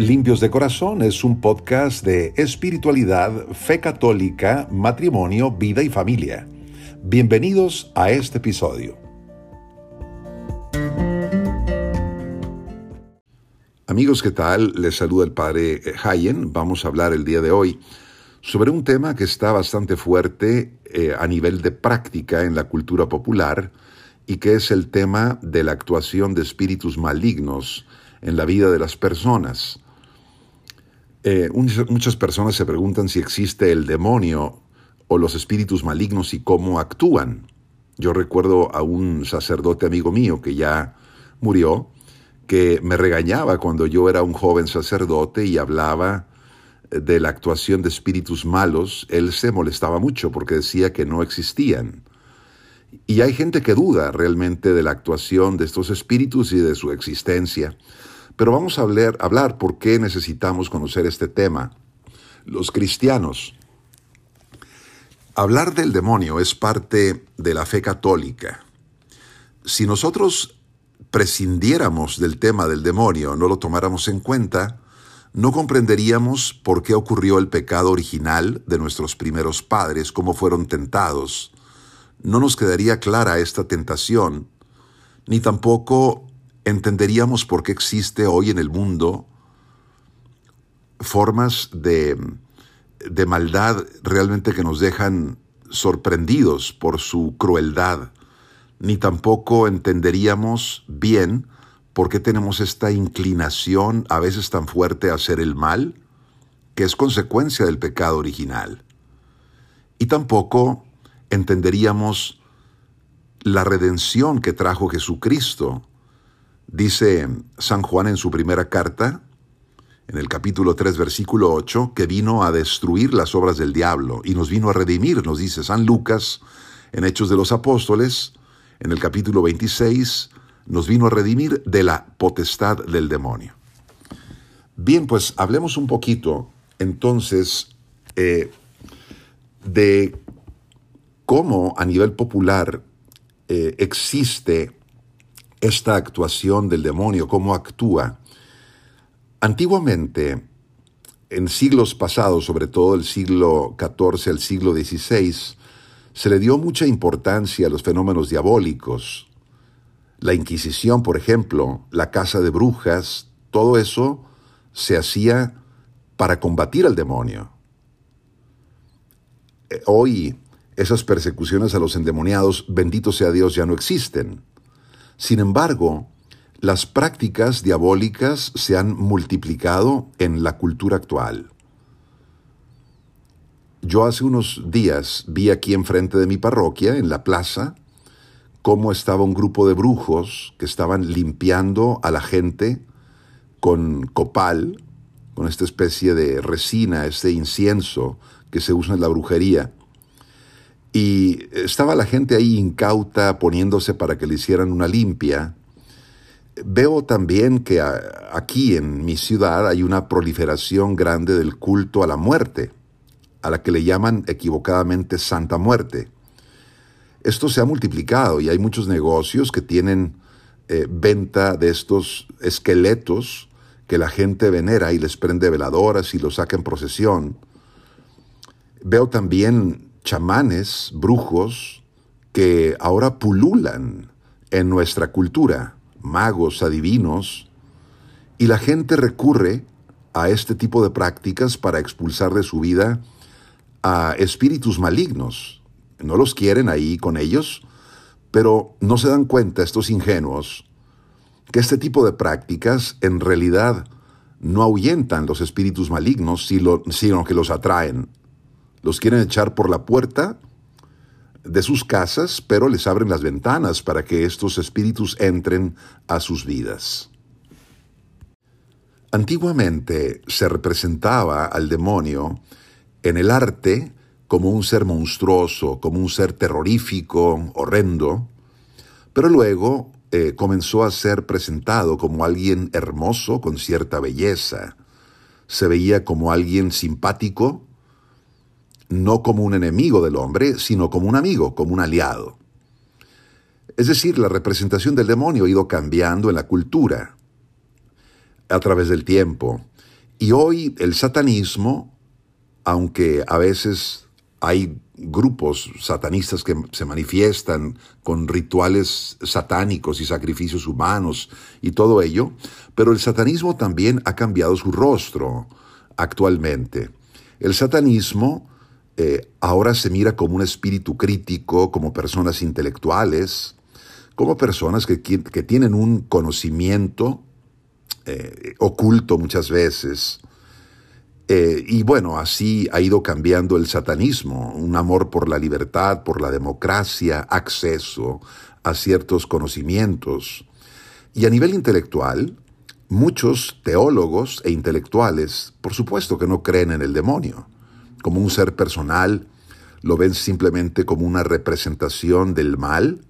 Limpios de Corazón es un podcast de espiritualidad, fe católica, matrimonio, vida y familia. Bienvenidos a este episodio. Amigos, ¿qué tal? Les saluda el Padre Hayen. Vamos a hablar el día de hoy sobre un tema que está bastante fuerte a nivel de práctica en la cultura popular y que es el tema de la actuación de espíritus malignos en la vida de las personas. Muchas personas se preguntan si existe el demonio o los espíritus malignos y cómo actúan. Yo recuerdo a un sacerdote amigo mío que ya murió, que me regañaba cuando yo era un joven sacerdote y hablaba de la actuación de espíritus malos. Él se molestaba mucho porque decía que no existían. Y hay gente que duda realmente de la actuación de estos espíritus y de su existencia. Pero vamos a hablar por qué necesitamos conocer este tema. Los cristianos. Hablar del demonio es parte de la fe católica. Si nosotros prescindiéramos del tema del demonio, no lo tomáramos en cuenta, no comprenderíamos por qué ocurrió el pecado original de nuestros primeros padres, cómo fueron tentados. No nos quedaría clara esta tentación, ni tampoco entenderíamos por qué existe hoy en el mundo formas de maldad realmente que nos dejan sorprendidos por su crueldad, ni tampoco entenderíamos bien por qué tenemos esta inclinación a veces tan fuerte a hacer el mal, que es consecuencia del pecado original. Y tampoco entenderíamos la redención que trajo Jesucristo. Dice San Juan en su primera carta, en el capítulo 3, versículo 8, que vino a destruir las obras del diablo y nos vino a redimir, nos dice San Lucas en Hechos de los Apóstoles, en el capítulo 26, nos vino a redimir de la potestad del demonio. Bien, pues hablemos un poquito entonces de cómo a nivel popular existe esta actuación del demonio, cómo actúa. Antiguamente, en siglos pasados, sobre todo el siglo XIV al siglo XVI, se le dio mucha importancia a los fenómenos diabólicos. La Inquisición, por ejemplo, la caza de brujas, todo eso se hacía para combatir al demonio. Hoy, esas persecuciones a los endemoniados, bendito sea Dios, ya no existen. Sin embargo, las prácticas diabólicas se han multiplicado en la cultura actual. Yo hace unos días vi aquí enfrente de mi parroquia, en la plaza, cómo estaba un grupo de brujos que estaban limpiando a la gente con copal, con esta especie de resina, este incienso que se usa en la brujería. Y estaba la gente ahí incauta, poniéndose para que le hicieran una limpia. Veo también que aquí en mi ciudad hay una proliferación grande del culto a la muerte, a la que le llaman equivocadamente Santa Muerte. Esto se ha multiplicado y hay muchos negocios que tienen venta de estos esqueletos que la gente venera y les prende veladoras y los saca en procesión. Veo también chamanes, brujos, que ahora pululan en nuestra cultura, magos, adivinos, y la gente recurre a este tipo de prácticas para expulsar de su vida a espíritus malignos. No los quieren ahí con ellos, pero no se dan cuenta estos ingenuos que este tipo de prácticas en realidad no ahuyentan los espíritus malignos, sino que los atraen. Los quieren echar por la puerta de sus casas, pero les abren las ventanas para que estos espíritus entren a sus vidas. Antiguamente se representaba al demonio en el arte como un ser monstruoso, como un ser terrorífico, horrendo, pero luego comenzó a ser presentado como alguien hermoso, con cierta belleza. Se veía como alguien simpático, no como un enemigo del hombre, sino como un amigo, como un aliado. Es decir, la representación del demonio ha ido cambiando en la cultura a través del tiempo. Y hoy el satanismo, aunque a veces hay grupos satanistas que se manifiestan con rituales satánicos y sacrificios humanos y todo ello, pero el satanismo también ha cambiado su rostro actualmente. El satanismo ahora se mira como un espíritu crítico, como personas intelectuales, como personas que tienen un conocimiento oculto muchas veces. Y bueno, así ha ido cambiando el satanismo, un amor por la libertad, por la democracia, acceso a ciertos conocimientos. Y a nivel intelectual, muchos teólogos e intelectuales, por supuesto que no creen en el demonio, como un ser personal, lo ven simplemente como una representación del mal,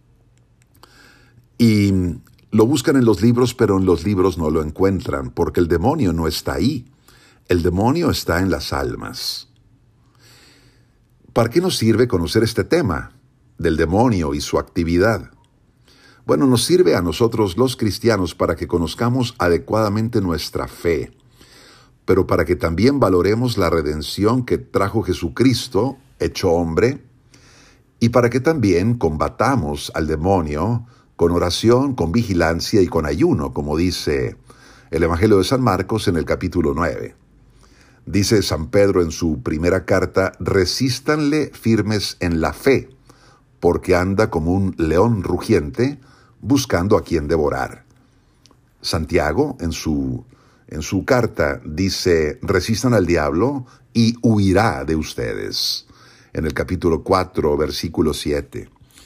y lo buscan en los libros, pero en los libros no lo encuentran, porque el demonio no está ahí. El demonio está en las almas. ¿Para qué nos sirve conocer este tema del demonio y su actividad? Bueno, nos sirve a nosotros los cristianos para que conozcamos adecuadamente nuestra fe, pero para que también valoremos la redención que trajo Jesucristo, hecho hombre, y para que también combatamos al demonio con oración, con vigilancia y con ayuno, como dice el Evangelio de San Marcos en el capítulo 9. Dice San Pedro en su primera carta: resístanle firmes en la fe, porque anda como un león rugiente buscando a quien devorar. Santiago en su carta dice: resistan al diablo y huirá de ustedes. En el capítulo 4, versículo 7.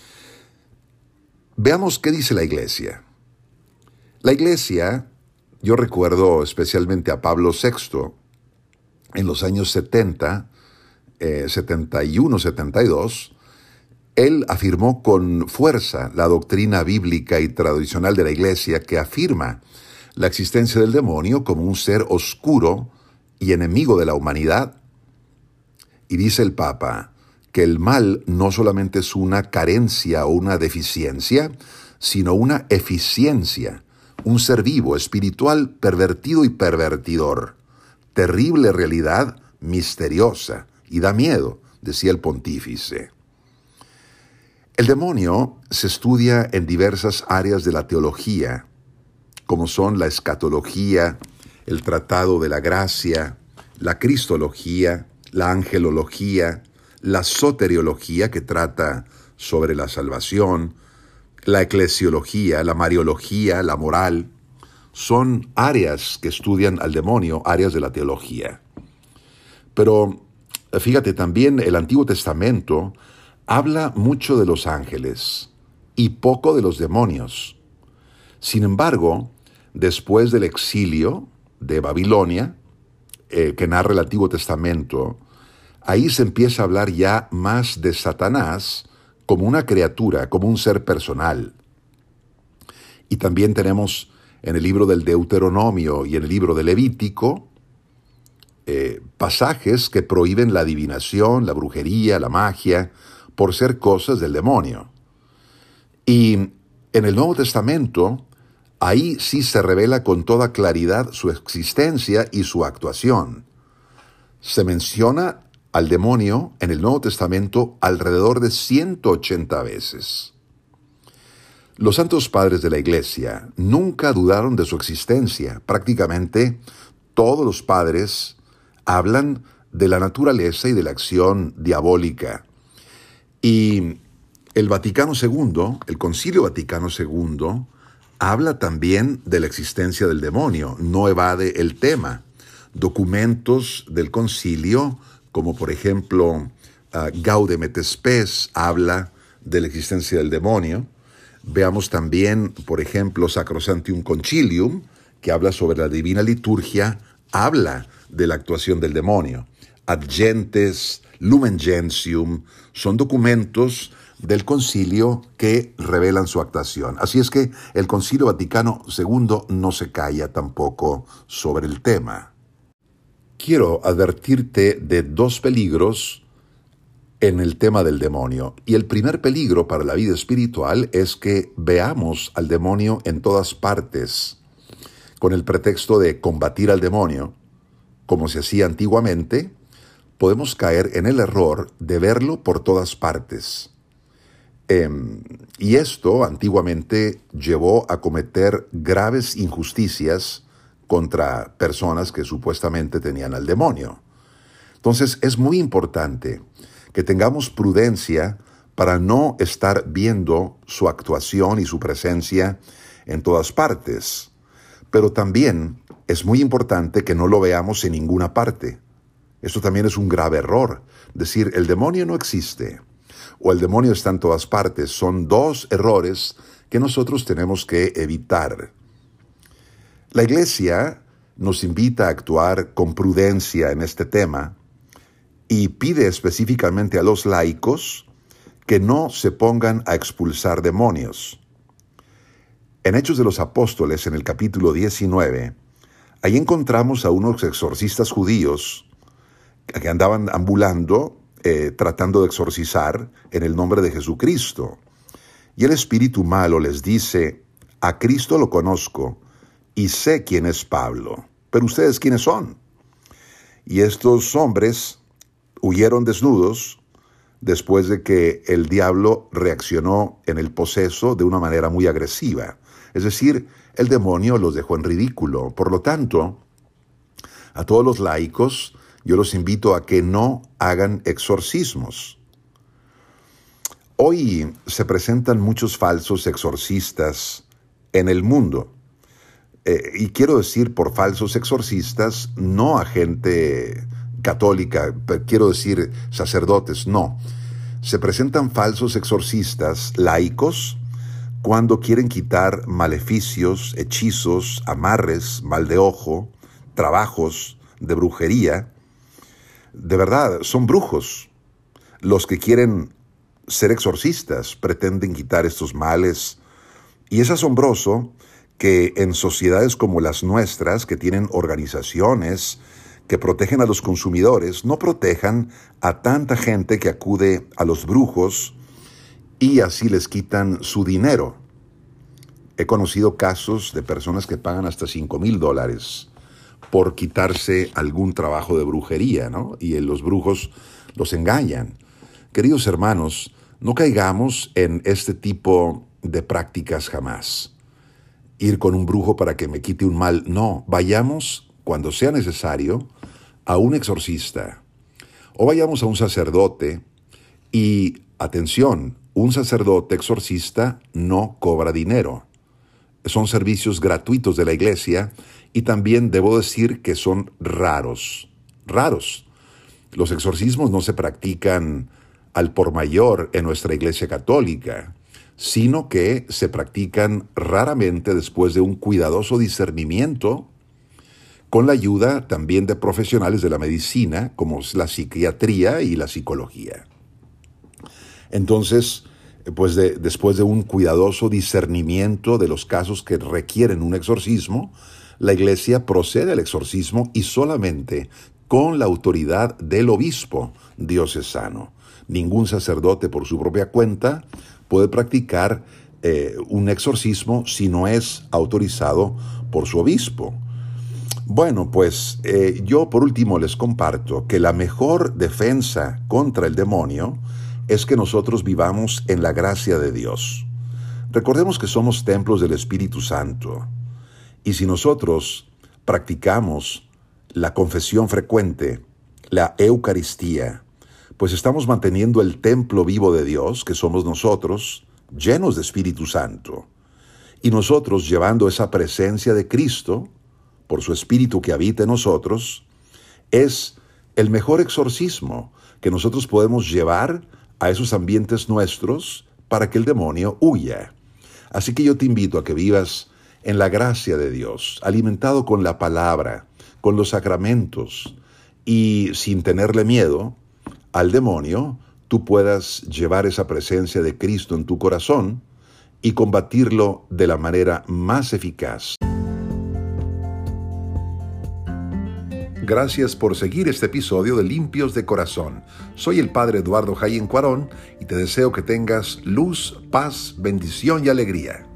Veamos qué dice la Iglesia. La Iglesia, yo recuerdo especialmente a Pablo VI, en los años 70, 71, 72, él afirmó con fuerza la doctrina bíblica y tradicional de la Iglesia, que afirma la existencia del demonio como un ser oscuro y enemigo de la humanidad. Y dice el Papa que el mal no solamente es una carencia o una deficiencia, sino una eficiencia, un ser vivo, espiritual, pervertido y pervertidor. Terrible realidad, misteriosa, y da miedo, decía el pontífice. El demonio se estudia en diversas áreas de la teología, como son la escatología, el tratado de la gracia, la cristología, la angelología, la soteriología, que trata sobre la salvación, la eclesiología, la mariología, la moral. Son áreas que estudian al demonio, áreas de la teología. Pero fíjate, también el Antiguo Testamento habla mucho de los ángeles y poco de los demonios. Sin embargo, después del exilio de Babilonia, que narra el Antiguo Testamento, ahí se empieza a hablar ya más de Satanás como una criatura, como un ser personal. Y también tenemos en el libro del Deuteronomio y en el libro del Levítico pasajes que prohíben la adivinación, la brujería, la magia, por ser cosas del demonio. Y en el Nuevo Testamento, ahí sí se revela con toda claridad su existencia y su actuación. Se menciona al demonio en el Nuevo Testamento alrededor de 180 veces. Los santos padres de la Iglesia nunca dudaron de su existencia. Prácticamente todos los padres hablan de la naturaleza y de la acción diabólica. Y el Vaticano II, el Concilio Vaticano II, habla también de la existencia del demonio, no evade el tema. Documentos del concilio, como por ejemplo Gaudium et Spes, habla de la existencia del demonio. Veamos también, por ejemplo, Sacrosanctum Concilium, que habla sobre la divina liturgia, habla de la actuación del demonio. Ad Gentes, Lumen Gentium, son documentos del concilio que revelan su actuación. Así es que el Concilio Vaticano II no se calla tampoco sobre el tema. Quiero advertirte de dos peligros en el tema del demonio. Y el primer peligro para la vida espiritual es que veamos al demonio en todas partes, con el pretexto de combatir al demonio. como se hacía antiguamente, podemos caer en el error de verlo por todas partes. Y esto antiguamente llevó a cometer graves injusticias contra personas que supuestamente tenían al demonio. Entonces es muy importante que tengamos prudencia para no estar viendo su actuación y su presencia en todas partes. Pero también es muy importante que no lo veamos en ninguna parte. Esto también es un grave error. Decir, el demonio no existe o el demonio está en todas partes. Son dos errores que nosotros tenemos que evitar. La Iglesia nos invita a actuar con prudencia en este tema y pide específicamente a los laicos que no se pongan a expulsar demonios. En Hechos de los Apóstoles, en el capítulo 19, ahí encontramos a unos exorcistas judíos que andaban ambulando, tratando de exorcizar en el nombre de Jesucristo. Y el espíritu malo les dice, a Cristo lo conozco y sé quién es Pablo, pero ustedes quiénes son. Y estos hombres huyeron desnudos después de que el diablo reaccionó en el poseso de una manera muy agresiva. Es decir, el demonio los dejó en ridículo. Por lo tanto, a todos los laicos, yo los invito a que no hagan exorcismos. Hoy se presentan muchos falsos exorcistas en el mundo. Y quiero decir por falsos exorcistas, no a gente católica, quiero decir sacerdotes, no. Se presentan falsos exorcistas laicos cuando quieren quitar maleficios, hechizos, amarres, mal de ojo, trabajos de brujería. De verdad, son brujos. Los que quieren ser exorcistas pretenden quitar estos males. Y es asombroso que en sociedades como las nuestras, que tienen organizaciones que protegen a los consumidores, no protejan a tanta gente que acude a los brujos y así les quitan su dinero. He conocido casos de personas que pagan hasta $5,000 por quitarse algún trabajo de brujería, ¿no? Y los brujos los engañan. Queridos hermanos, no caigamos en este tipo de prácticas jamás. Ir con un brujo para que me quite un mal, no. Vayamos, cuando sea necesario, a un exorcista. O vayamos a un sacerdote y, atención, un sacerdote exorcista no cobra dinero. Son servicios gratuitos de la iglesia y también debo decir que son raros. Los exorcismos no se practican al por mayor en nuestra iglesia católica, sino que se practican raramente después de un cuidadoso discernimiento con la ayuda también de profesionales de la medicina, como la psiquiatría y la psicología. Entonces, después de un cuidadoso discernimiento de los casos que requieren un exorcismo, la iglesia procede al exorcismo y solamente con la autoridad del obispo diocesano. Ningún sacerdote por su propia cuenta puede practicar un exorcismo si no es autorizado por su obispo. Bueno, yo por último les comparto que la mejor defensa contra el demonio es que nosotros vivamos en la gracia de Dios. Recordemos que somos templos del Espíritu Santo. Y si nosotros practicamos la confesión frecuente, la Eucaristía, pues estamos manteniendo el templo vivo de Dios, que somos nosotros, llenos de Espíritu Santo. Y nosotros llevando esa presencia de Cristo, por su Espíritu que habita en nosotros, es el mejor exorcismo que nosotros podemos llevar a esos ambientes nuestros para que el demonio huya. Así que yo te invito a que vivas en la gracia de Dios, alimentado con la palabra, con los sacramentos, y sin tenerle miedo al demonio, tú puedas llevar esa presencia de Cristo en tu corazón y combatirlo de la manera más eficaz. Gracias por seguir este episodio de Limpios de Corazón. Soy el Padre Eduardo Jayen Cuarón y te deseo que tengas luz, paz, bendición y alegría.